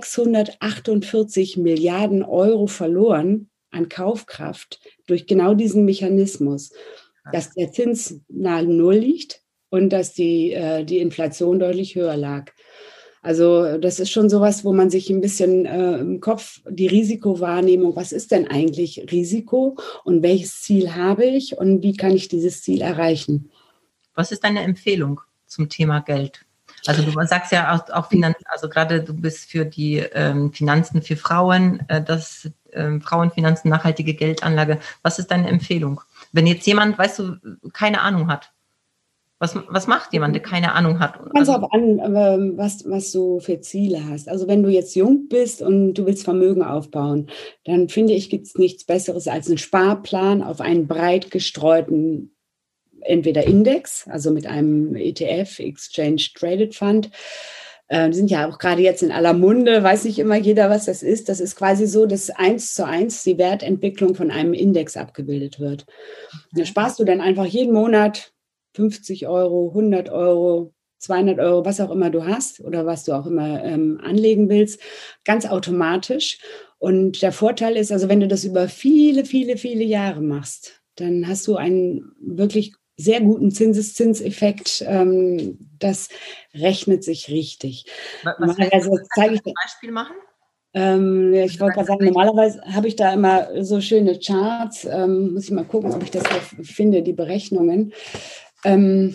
sechshundertachtundvierzig Milliarden Euro verloren an Kaufkraft durch genau diesen Mechanismus, dass der Zins nahe Null liegt und dass die, äh, die Inflation deutlich höher lag. Also das ist schon sowas, wo man sich ein bisschen äh, im Kopf die Risikowahrnehmung, was ist denn eigentlich Risiko und welches Ziel habe ich und wie kann ich dieses Ziel erreichen? Was ist deine Empfehlung zum Thema Geld? Also du sagst ja auch, auch Finanz, also gerade du bist für die ähm, Finanzen für Frauen, äh, das ähm, Frauenfinanzen, nachhaltige Geldanlage. Was ist deine Empfehlung? Wenn jetzt jemand, weißt du, keine Ahnung hat, was, was macht jemand, der keine Ahnung hat? Ganz Also, auf an, ähm, was, was du für Ziele hast. Also wenn du jetzt jung bist und du willst Vermögen aufbauen, dann finde ich, gibt es nichts Besseres als einen Sparplan auf einen breit gestreuten, entweder Index, also mit einem E T F, Exchange Traded Fund. Äh, die sind ja auch gerade jetzt in aller Munde, weiß nicht immer jeder, was das ist. Das ist quasi so, dass eins zu eins die Wertentwicklung von einem Index abgebildet wird. Da sparst du dann einfach jeden Monat fünfzig Euro, hundert Euro, zweihundert Euro, was auch immer du hast oder was du auch immer ähm, anlegen willst, ganz automatisch. Und der Vorteil ist, also wenn du das über viele, viele, viele Jahre machst, dann hast du einen wirklich sehr guten Zinseszinseffekt. Ähm, das rechnet sich richtig. was Normalerweise zeige ich ein Beispiel machen? Ähm, ja, ich wollte gerade sagen, normalerweise habe ich da immer so schöne Charts. Ähm, muss ich mal gucken, ob ich das hier finde, die Berechnungen. Ähm,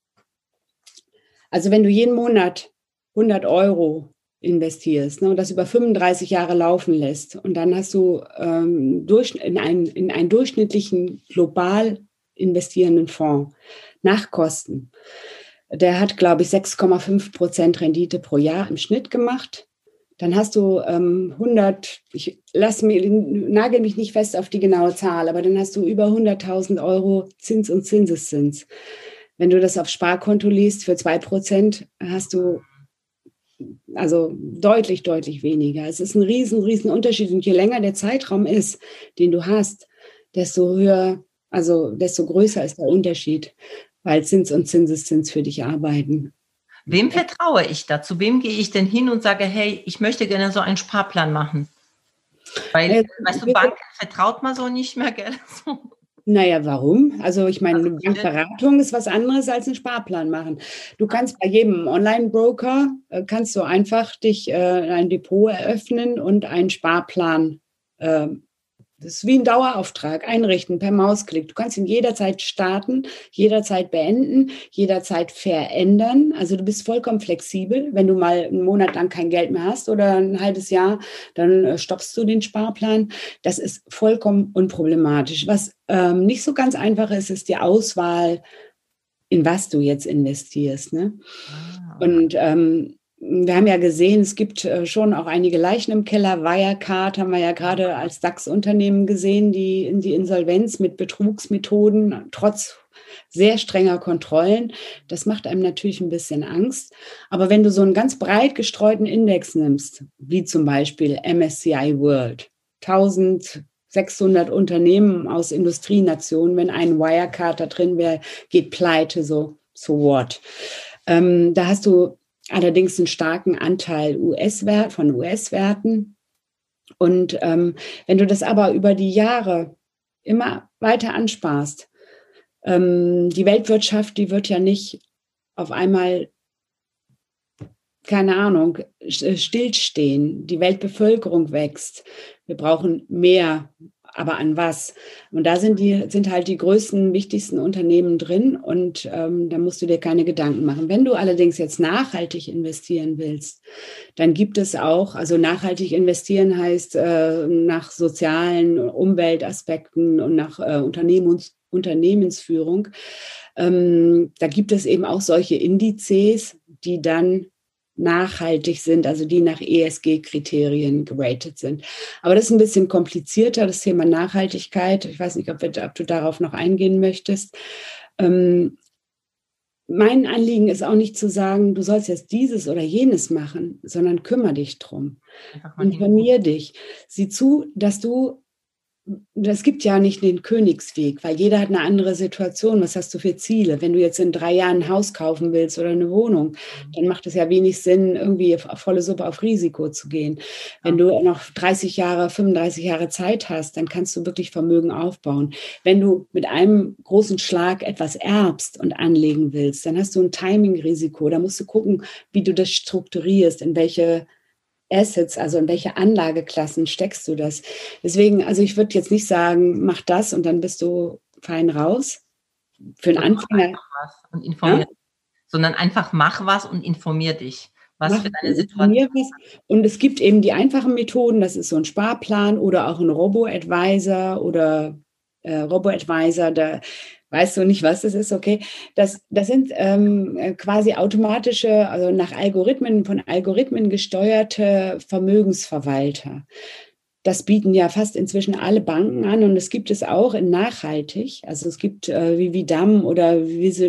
also wenn du jeden Monat hundert Euro investierst, ne, und das über fünfunddreißig Jahre laufen lässt und dann hast du ähm, durch, in, einen, in einen durchschnittlichen global investierenden Fonds nach Kosten, der hat, glaube ich, sechs Komma fünf Prozent Rendite pro Jahr im Schnitt gemacht. Dann hast du ähm, hundert, ich lass mich, nagel mich nicht fest auf die genaue Zahl, aber dann hast du über hunderttausend Euro Zins und Zinseszins. Wenn du das auf Sparkonto liest für zwei Prozent, hast du also deutlich, deutlich weniger. Es ist ein riesen, riesen Unterschied. Und je länger der Zeitraum ist, den du hast, desto höher, also desto größer ist der Unterschied, weil Zins und Zinseszins für dich arbeiten. Wem vertraue ich da? Zu wem gehe ich denn hin und sage, hey, ich möchte gerne so einen Sparplan machen? Weil, Ja, weißt du, Banken vertraut man so nicht mehr, gell? So. Naja, warum? Also ich meine, eine Bankberatung ist was anderes als einen Sparplan machen. Du kannst bei jedem Online-Broker, äh, kannst du einfach dich äh, ein Depot eröffnen und einen Sparplan, äh, das ist wie ein Dauerauftrag, einrichten per Mausklick. Du kannst ihn jederzeit starten, jederzeit beenden, jederzeit verändern. Also du bist vollkommen flexibel. Wenn du mal einen Monat lang kein Geld mehr hast oder ein halbes Jahr, dann äh, stoppst du den Sparplan. Das ist vollkommen unproblematisch. Was ähm, nicht so ganz einfach ist, ist die Auswahl, in was du jetzt investierst. Ne? Ah, okay. Und ähm, wir haben ja gesehen, es gibt äh, schon auch einige Leichen im Keller. Wirecard haben wir ja gerade als DAX-Unternehmen gesehen, die in die Insolvenz mit Betrugsmethoden, trotz sehr strenger Kontrollen. Das macht einem natürlich ein bisschen Angst. Aber wenn du so einen ganz breit gestreuten Index nimmst, wie zum Beispiel M S C I World, eintausendsechshundert Unternehmen aus Industrienationen, wenn ein Wirecard da drin wäre, geht pleite, so, so what. Ähm, da hast du allerdings einen starken Anteil U S-Wert von U S-Werten. Und ähm, wenn du das aber über die Jahre immer weiter ansparst, ähm, die Weltwirtschaft, die wird ja nicht auf einmal, keine Ahnung, stillstehen. Die Weltbevölkerung wächst. Wir brauchen mehr. Aber an was? Und da sind die, sind halt die größten, wichtigsten Unternehmen drin und ähm, da musst du dir keine Gedanken machen. Wenn du allerdings jetzt nachhaltig investieren willst, dann gibt es auch, also nachhaltig investieren heißt äh, nach sozialen Umweltaspekten und nach äh, Unternehmens, Unternehmensführung. Ähm, da gibt es eben auch solche Indizes, die dann nachhaltig sind, also die nach E S G-Kriterien geratet sind. Aber das ist ein bisschen komplizierter, das Thema Nachhaltigkeit. Ich weiß nicht, ob, wir, ob du darauf noch eingehen möchtest. Ähm, mein Anliegen ist auch nicht zu sagen, du sollst jetzt dieses oder jenes machen, sondern kümmere dich drum. Informier dich. Sieh zu, dass du es gibt ja nicht den Königsweg, weil jeder hat eine andere Situation. Was hast du für Ziele? Wenn du jetzt in drei Jahren ein Haus kaufen willst oder eine Wohnung, dann macht es ja wenig Sinn, irgendwie auf volle Suppe auf Risiko zu gehen. Wenn du noch dreißig Jahre, fünfunddreißig Jahre Zeit hast, dann kannst du wirklich Vermögen aufbauen. Wenn du mit einem großen Schlag etwas erbst und anlegen willst, dann hast du ein Timing-Risiko. Da musst du gucken, wie du das strukturierst, in welche Assets, also in welche Anlageklassen steckst du das? Deswegen, also ich würde jetzt nicht sagen, mach das und dann bist du fein raus. Für einen Anfänger. Was und informier, ja? Sondern einfach mach was und informier dich, was mach für deine Situation ist. Und es gibt eben die einfachen Methoden, das ist so ein Sparplan oder auch ein Robo-Advisor oder äh, Robo-Advisor, da weißt du nicht, was das ist, okay. Das, das sind ähm, quasi automatische, also nach Algorithmen, von Algorithmen gesteuerte Vermögensverwalter. Das bieten ja fast inzwischen alle Banken an und es gibt es auch in nachhaltig. Also es gibt äh, wie Vidam oder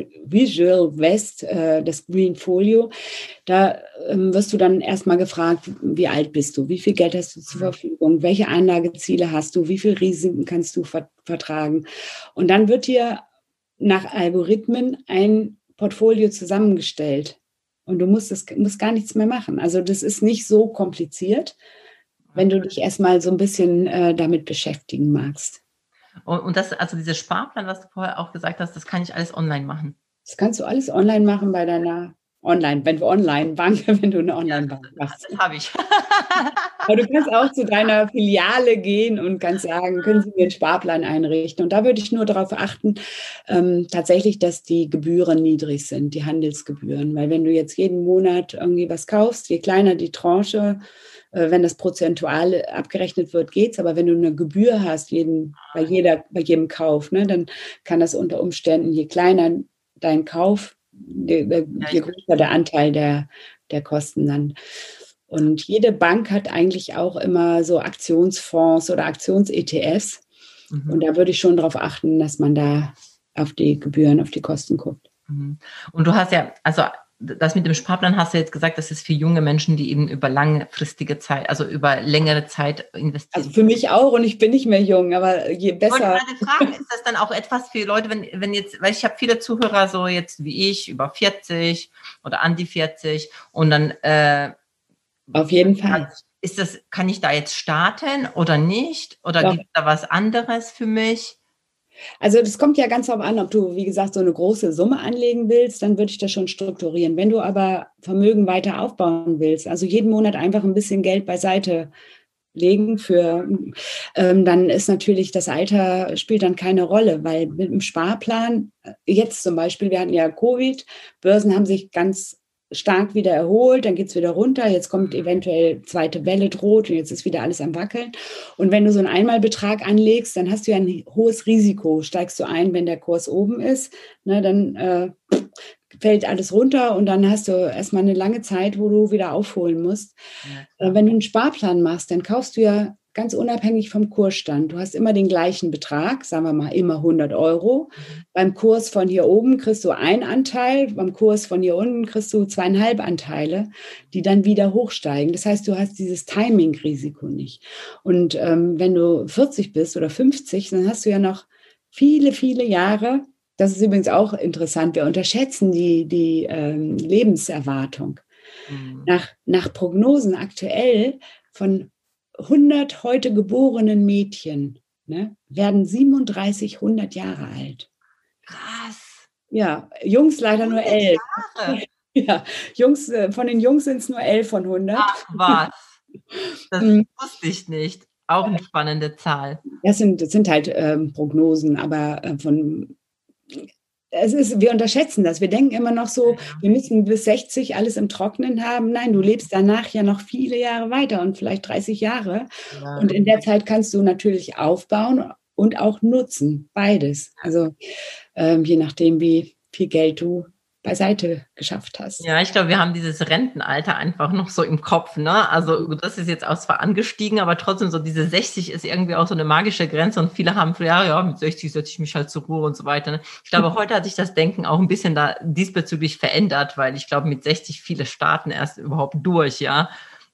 Visual West, äh, das Green Folio. Da ähm, wirst du dann erstmal gefragt, wie alt bist du, wie viel Geld hast du zur Verfügung, welche Anlageziele hast du, wie viele Risiken kannst du ver- vertragen. Und dann wird dir nach Algorithmen ein Portfolio zusammengestellt. Und du musst, das, musst gar nichts mehr machen. Also das ist nicht so kompliziert, wenn du dich erstmal so ein bisschen äh, damit beschäftigen magst. Und, und das, also dieser Sparplan, was du vorher auch gesagt hast, das kann ich alles online machen. Das kannst du alles online machen bei deiner Online, wenn du Online-Bank, wenn du eine Online-Bank ja, machst. Das habe ich. Aber du kannst auch zu deiner Filiale gehen und kannst sagen, können Sie mir einen Sparplan einrichten? Und da würde ich nur darauf achten, ähm, tatsächlich, dass die Gebühren niedrig sind, die Handelsgebühren. Weil wenn du jetzt jeden Monat irgendwie was kaufst, je kleiner die Tranche, äh, wenn das prozentual abgerechnet wird, geht's. Aber wenn du eine Gebühr hast, jeden, bei, jeder, bei jedem Kauf, ne, dann kann das unter Umständen, je kleiner dein Kauf, je, je größer der Anteil der, der Kosten dann. Und jede Bank hat eigentlich auch immer so Aktionsfonds oder Aktions-E T Fs. Mhm. Und da würde ich schon darauf achten, dass man da auf die Gebühren, auf die Kosten guckt. Und du hast ja, also das mit dem Sparplan hast du jetzt gesagt, das ist für junge Menschen, die eben über langfristige Zeit, also über längere Zeit investieren. Also für mich auch und ich bin nicht mehr jung, aber je besser. Ich wollte gerade fragen, ist das dann auch etwas für Leute, wenn, wenn jetzt, weil ich habe viele Zuhörer so jetzt wie ich, über vierzig oder an die vierzig und dann äh, auf jeden Fall. Ist das, kann ich da jetzt starten oder nicht? Oder Doch. Gibt es da was anderes für mich? Also das kommt ja ganz darauf an, ob du, wie gesagt, so eine große Summe anlegen willst, dann würde ich das schon strukturieren. Wenn du aber Vermögen weiter aufbauen willst, also jeden Monat einfach ein bisschen Geld beiseite legen für, ähm, dann ist natürlich das Alter spielt dann keine Rolle, weil mit dem Sparplan, jetzt zum Beispiel, wir hatten ja Covid, Börsen haben sich ganz stark wieder erholt, dann geht es wieder runter, jetzt kommt eventuell zweite Welle droht und jetzt ist wieder alles am Wackeln. Und wenn du so einen Einmalbetrag anlegst, dann hast du ja ein hohes Risiko. Steigst du ein, wenn der Kurs oben ist, ne, dann äh, fällt alles runter und dann hast du erstmal eine lange Zeit, wo du wieder aufholen musst. Ja, wenn du einen Sparplan machst, dann kaufst du ja ganz unabhängig vom Kursstand. Du hast immer den gleichen Betrag, sagen wir mal immer hundert Euro. Mhm. Beim Kurs von hier oben kriegst du einen Anteil, beim Kurs von hier unten kriegst du zweieinhalb Anteile, die dann wieder hochsteigen. Das heißt, du hast dieses Timing-Risiko nicht. Und ähm, wenn du vierzig bist oder fünfzig, dann hast du ja noch viele, viele Jahre. Das ist übrigens auch interessant. Wir unterschätzen die, die ähm, Lebenserwartung. Mhm. Nach, nach Prognosen aktuell von hundert heute geborenen Mädchen, ne, werden siebenunddreißig hundert Jahre alt. Krass. Ja, Jungs leider nur elf. Jahre. Ja, Jungs, von den Jungs sind es nur elf von hundert. Ach, was? Das wusste ich nicht. Auch eine spannende Zahl. Das sind, das sind halt ähm, Prognosen, aber äh, von Es ist, wir unterschätzen das. Wir denken immer noch so, wir müssen bis sechzig alles im Trockenen haben. Nein, du lebst danach ja noch viele Jahre weiter und vielleicht dreißig Jahre. Ja. Und in der Zeit kannst du natürlich aufbauen und auch nutzen. Beides. Also ähm, je nachdem, wie viel Geld du beiseite geschafft hast. Ja, ich glaube, wir haben dieses Rentenalter einfach noch so im Kopf, ne? Also das ist jetzt auch zwar angestiegen, aber trotzdem so diese sechzig ist irgendwie auch so eine magische Grenze und viele haben, ja, ja, mit sechzig setze ich mich halt zur Ruhe und so weiter. Ne? Ich glaube, heute hat sich das Denken auch ein bisschen da diesbezüglich verändert, weil ich glaube, mit sechzig viele starten erst überhaupt durch, ja.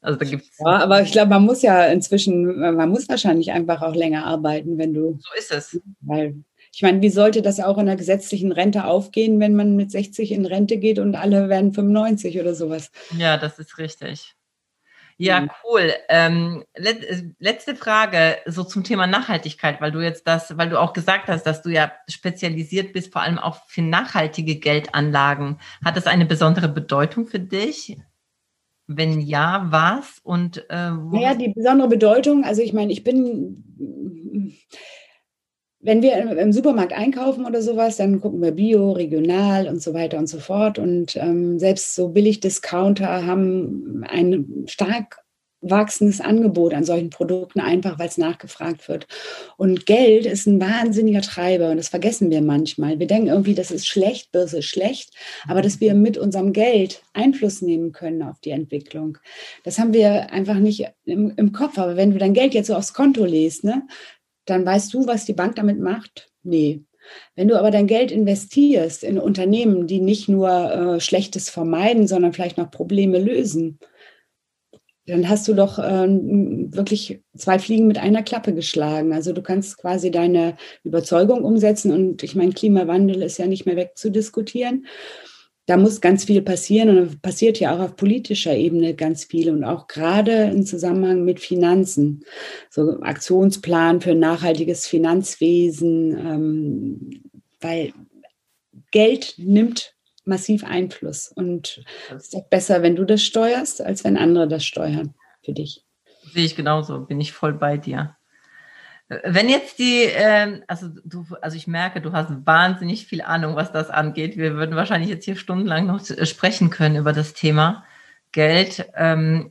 Also da gibt's ja, aber ich glaube, man muss ja inzwischen, man muss wahrscheinlich einfach auch länger arbeiten, wenn du. So ist es. Weil, ich meine, wie sollte das auch in der gesetzlichen Rente aufgehen, wenn man mit sechzig in Rente geht und alle werden fünfundneunzig oder sowas? Ja, das ist richtig. Ja, cool. Ähm, let, letzte Frage, so zum Thema Nachhaltigkeit, weil du jetzt das, weil du auch gesagt hast, dass du ja spezialisiert bist, vor allem auch für nachhaltige Geldanlagen. Hat das eine besondere Bedeutung für dich? Wenn ja, was? Und äh, wo Naja, die besondere Bedeutung, also ich meine, ich bin, wenn wir im Supermarkt einkaufen oder sowas, dann gucken wir Bio, regional und so weiter und so fort. Und ähm, selbst so Billig-Discounter haben ein stark wachsendes Angebot an solchen Produkten, einfach weil es nachgefragt wird. Und Geld ist ein wahnsinniger Treiber und das vergessen wir manchmal. Wir denken irgendwie, das ist schlecht, Börse ist schlecht, aber dass wir mit unserem Geld Einfluss nehmen können auf die Entwicklung, das haben wir einfach nicht im, im Kopf. Aber wenn du dein Geld jetzt so aufs Konto lässt, ne, dann weißt du, was die Bank damit macht? Nee. Wenn du aber dein Geld investierst in Unternehmen, die nicht nur äh, Schlechtes vermeiden, sondern vielleicht noch Probleme lösen, dann hast du doch äh, wirklich zwei Fliegen mit einer Klappe geschlagen. Also du kannst quasi deine Überzeugung umsetzen und ich meine, Klimawandel ist ja nicht mehr wegzudiskutieren. Da muss ganz viel passieren und passiert ja auch auf politischer Ebene ganz viel und auch gerade im Zusammenhang mit Finanzen. So Aktionsplan für nachhaltiges Finanzwesen, ähm, weil Geld nimmt massiv Einfluss und es ist doch besser, wenn du das steuerst, als wenn andere das steuern für dich. Sehe ich genauso, bin ich voll bei dir. Wenn jetzt die, ähm, also du, also ich merke, du hast wahnsinnig viel Ahnung, was das angeht. Wir würden wahrscheinlich jetzt hier stundenlang noch sprechen können über das Thema Geld. Ähm,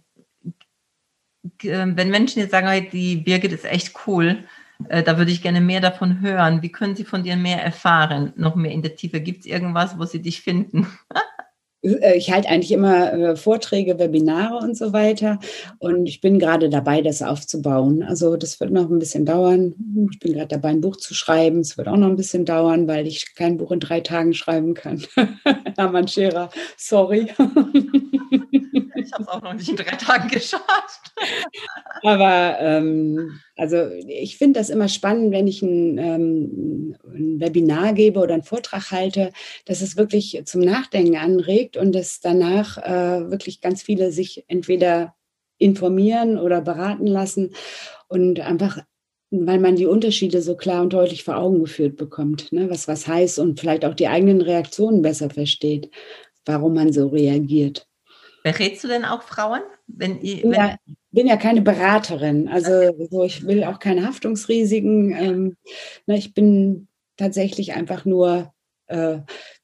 wenn Menschen jetzt sagen, hey, die Birgit ist echt cool, äh, da würde ich gerne mehr davon hören. Wie können sie von dir mehr erfahren? Noch mehr in der Tiefe? Gibt es irgendwas, wo sie dich finden? Ich halte eigentlich immer Vorträge, Webinare und so weiter. Und ich bin gerade dabei, das aufzubauen. Also das wird noch ein bisschen dauern. Ich bin gerade dabei, ein Buch zu schreiben. Es wird auch noch ein bisschen dauern, weil ich kein Buch in drei Tagen schreiben kann. Hermann Scherer, sorry. Ich habe es auch noch nicht in drei Tagen geschafft. Aber ähm, also ich finde das immer spannend, wenn ich ein, ähm, ein Webinar gebe oder einen Vortrag halte, dass es wirklich zum Nachdenken anregt und dass danach äh, wirklich ganz viele sich entweder informieren oder beraten lassen und einfach, weil man die Unterschiede so klar und deutlich vor Augen geführt bekommt, ne, was was heißt und vielleicht auch die eigenen Reaktionen besser versteht, warum man so reagiert. Berätst du denn auch Frauen? Wenn ihr, bin, wenn ja, bin ja keine Beraterin, also so, ich will auch keine Haftungsrisiken. Ähm, ne, ich bin tatsächlich einfach nur äh,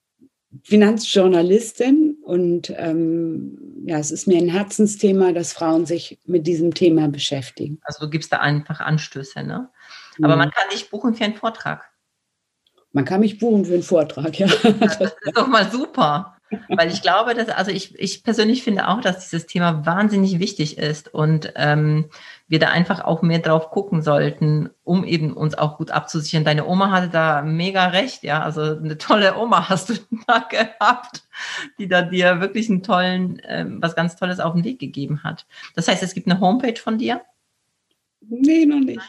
Finanzjournalistin und ähm, ja, es ist mir ein Herzensthema, dass Frauen sich mit diesem Thema beschäftigen. Also du gibst da einfach Anstöße, ne? Aber mhm. man kann dich buchen für einen Vortrag. Man kann mich buchen für einen Vortrag, ja. ja das ist doch mal super. Weil ich glaube, dass, also ich, ich persönlich finde auch, dass dieses Thema wahnsinnig wichtig ist und ähm, wir da einfach auch mehr drauf gucken sollten, um eben uns auch gut abzusichern. Deine Oma hatte da mega recht, ja, also eine tolle Oma hast du da gehabt, die da dir wirklich einen tollen, ähm, was ganz Tolles auf den Weg gegeben hat. Das heißt, es gibt eine Homepage von dir? Nee, noch nicht.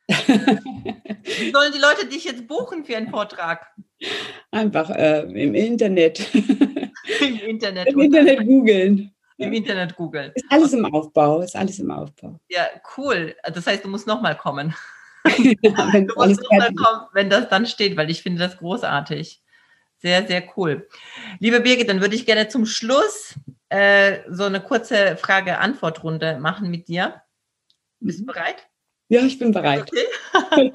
Wie sollen die Leute dich jetzt buchen für einen Vortrag? Einfach äh, im Internet. Im Internet. Im Internet googeln. Im Internet googeln. Ist alles im Aufbau. Ist alles im Aufbau. Ja, cool. Das heißt, du musst nochmal kommen. Ja, wenn, du musst noch mal kommen, wenn das dann steht, weil ich finde das großartig. Sehr, sehr cool. Liebe Birgit, dann würde ich gerne zum Schluss äh, so eine kurze Frage-Antwort-Runde machen mit dir. Bist du bereit? Ja, ich bin bereit. Okay.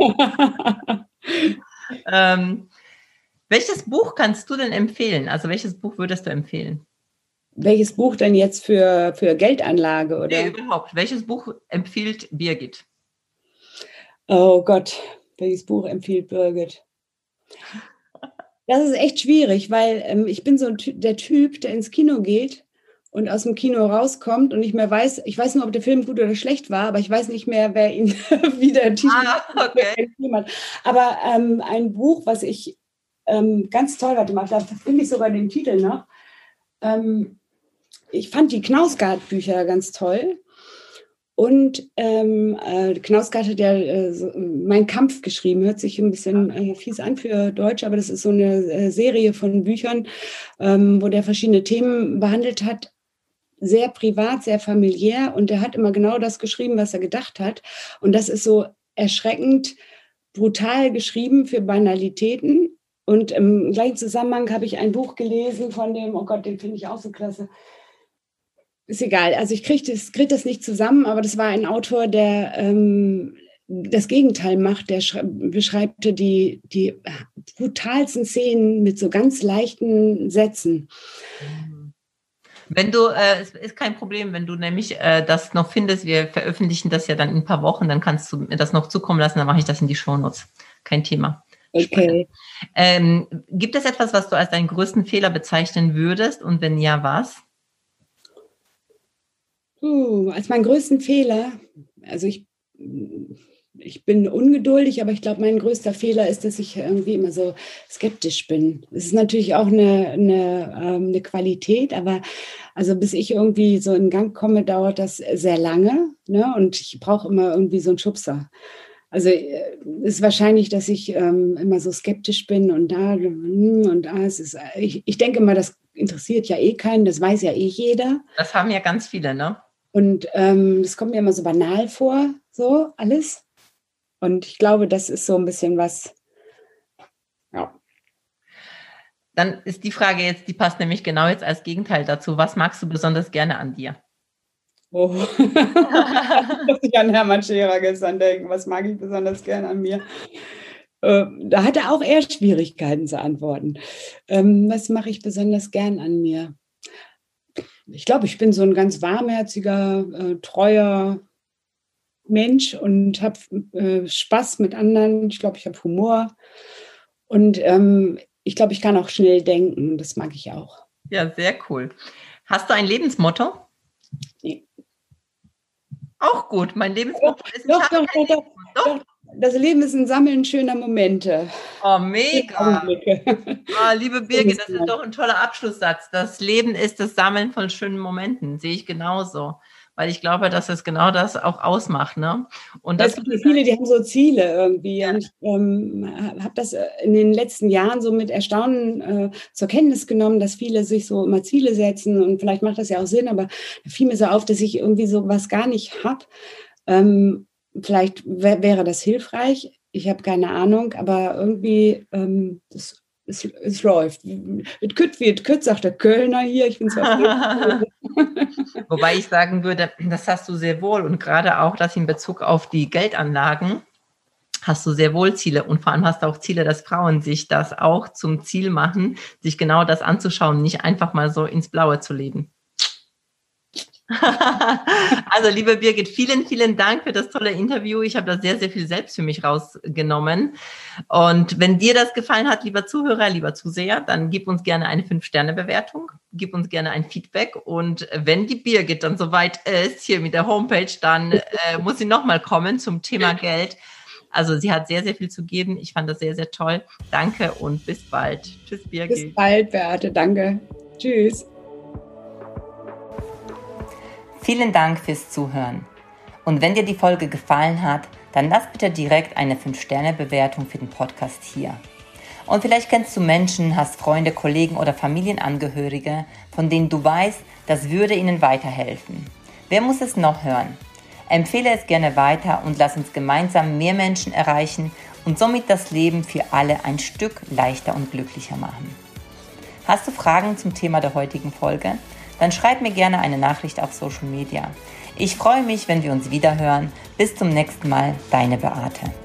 ähm, welches Buch kannst du denn empfehlen? Also welches Buch würdest du empfehlen? Welches Buch denn jetzt für, für Geldanlage? Oder? Nee, überhaupt. Welches Buch empfiehlt Birgit? Oh Gott, welches Buch empfiehlt Birgit? Das ist echt schwierig, weil ähm, ich bin so ein, der Typ, der ins Kino geht und aus dem Kino rauskommt und nicht mehr weiß, ich weiß nur, ob der Film gut oder schlecht war, aber ich weiß nicht mehr, wer ihn wie der Titel ah, okay. hat. Aber ähm, ein Buch, was ich ähm, ganz toll, warte mal, da finde ich sogar den Titel noch. Ähm, ich fand die Knausgard-Bücher ganz toll. Und ähm, äh, Knausgard hat ja äh, so, Mein Kampf geschrieben, hört sich ein bisschen äh, fies an für Deutsch, aber das ist so eine äh, Serie von Büchern, ähm, wo der verschiedene Themen behandelt hat, sehr privat, sehr familiär, und der hat immer genau das geschrieben, was er gedacht hat. Und das ist so erschreckend brutal geschrieben für Banalitäten. Und im gleichen Zusammenhang habe ich ein Buch gelesen von dem, oh Gott, den finde ich auch so klasse. Ist egal, also ich kriege das, krieg das nicht zusammen, aber das war ein Autor, der ähm, das Gegenteil macht. Der beschreibt die, die brutalsten Szenen mit so ganz leichten Sätzen. Wenn du, äh, es ist kein Problem, wenn du nämlich äh, das noch findest, wir veröffentlichen das ja dann in ein paar Wochen, dann kannst du mir das noch zukommen lassen, dann mache ich das in die Shownotes. Kein Thema. Okay. Ähm, gibt es etwas, was du als deinen größten Fehler bezeichnen würdest, und wenn ja, was? Uh, als meinen größten Fehler, also ich, ich bin ungeduldig, aber ich glaube, mein größter Fehler ist, dass ich irgendwie immer so skeptisch bin. Es ist natürlich auch eine, eine, eine Qualität, aber also bis ich irgendwie so in Gang komme, dauert das sehr lange, ne? Und ich brauche immer irgendwie so einen Schubser. Also es ist wahrscheinlich, dass ich ähm, immer so skeptisch bin und da und da. Es ist, ich, ich denke immer, das interessiert ja eh keinen, das weiß ja eh jeder. Das haben ja ganz viele, ne? Und ähm, das kommt mir immer so banal vor, so alles. Und ich glaube, das ist so ein bisschen was, ja. Dann ist die Frage jetzt, die passt nämlich genau jetzt als Gegenteil dazu. Was magst du besonders gerne an dir? Oh, ich muss ich an Hermann Scherer gestern denken. Was mag ich besonders gerne an mir? Äh, da hat er auch eher Schwierigkeiten zu antworten. Ähm, was mache ich besonders gern an mir? Ich glaube, ich bin so ein ganz warmherziger, äh, treuer Mensch und habe äh, Spaß mit anderen. Ich glaube, ich habe Humor. Und ähm, ich glaube, ich kann auch schnell denken. Das mag ich auch. Ja, sehr cool. Hast du ein Lebensmotto? Nee. Auch gut. Mein Lebensmotto doch, ist... Doch, doch, doch, doch, doch. Das Leben ist ein Sammeln schöner Momente. Oh, mega. Oh, liebe Birgit, das ist doch ein toller Abschlusssatz. Das Leben ist das Sammeln von schönen Momenten. Sehe ich genauso. Weil ich glaube, dass es genau das auch ausmacht. Ne? Und das es gibt viele, die haben so Ziele irgendwie. Ja. Und ich ähm, habe das in den letzten Jahren so mit Erstaunen äh, zur Kenntnis genommen, dass viele sich so immer Ziele setzen. Und vielleicht macht das ja auch Sinn, aber da fiel mir so auf, dass ich irgendwie so was gar nicht habe. Ähm, vielleicht w- wäre das hilfreich. Ich habe keine Ahnung, aber irgendwie ähm, das, es, es läuft. Es kütt wie es kütt, sagt der Kölner hier. Ich bin zwar Wobei ich sagen würde, das hast du sehr wohl, und gerade auch das in Bezug auf die Geldanlagen hast du sehr wohl Ziele, und vor allem hast du auch Ziele, dass Frauen sich das auch zum Ziel machen, sich genau das anzuschauen, nicht einfach mal so ins Blaue zu leben. Also, liebe Birgit, vielen, vielen Dank für das tolle Interview. Ich habe da sehr, sehr viel selbst für mich rausgenommen. Und wenn dir das gefallen hat, lieber Zuhörer, lieber Zuseher, dann gib uns gerne eine fünf Sterne Bewertung, gib uns gerne ein Feedback. Und wenn die Birgit dann soweit ist, hier mit der Homepage, dann äh, muss sie nochmal kommen zum Thema Geld. Also sie hat sehr, sehr viel zu geben. Ich fand das sehr, sehr toll. Danke und bis bald. Tschüss, Birgit. Bis bald, Beate. Danke. Tschüss. Vielen Dank fürs Zuhören. Und wenn dir die Folge gefallen hat, dann lass bitte direkt eine fünf Sterne Bewertung für den Podcast hier. Und vielleicht kennst du Menschen, hast Freunde, Kollegen oder Familienangehörige, von denen du weißt, das würde ihnen weiterhelfen. Wer muss es noch hören? Empfehle es gerne weiter und lass uns gemeinsam mehr Menschen erreichen und somit das Leben für alle ein Stück leichter und glücklicher machen. Hast du Fragen zum Thema der heutigen Folge? Dann schreib mir gerne eine Nachricht auf Social Media. Ich freue mich, wenn wir uns wiederhören. Bis zum nächsten Mal, deine Beate.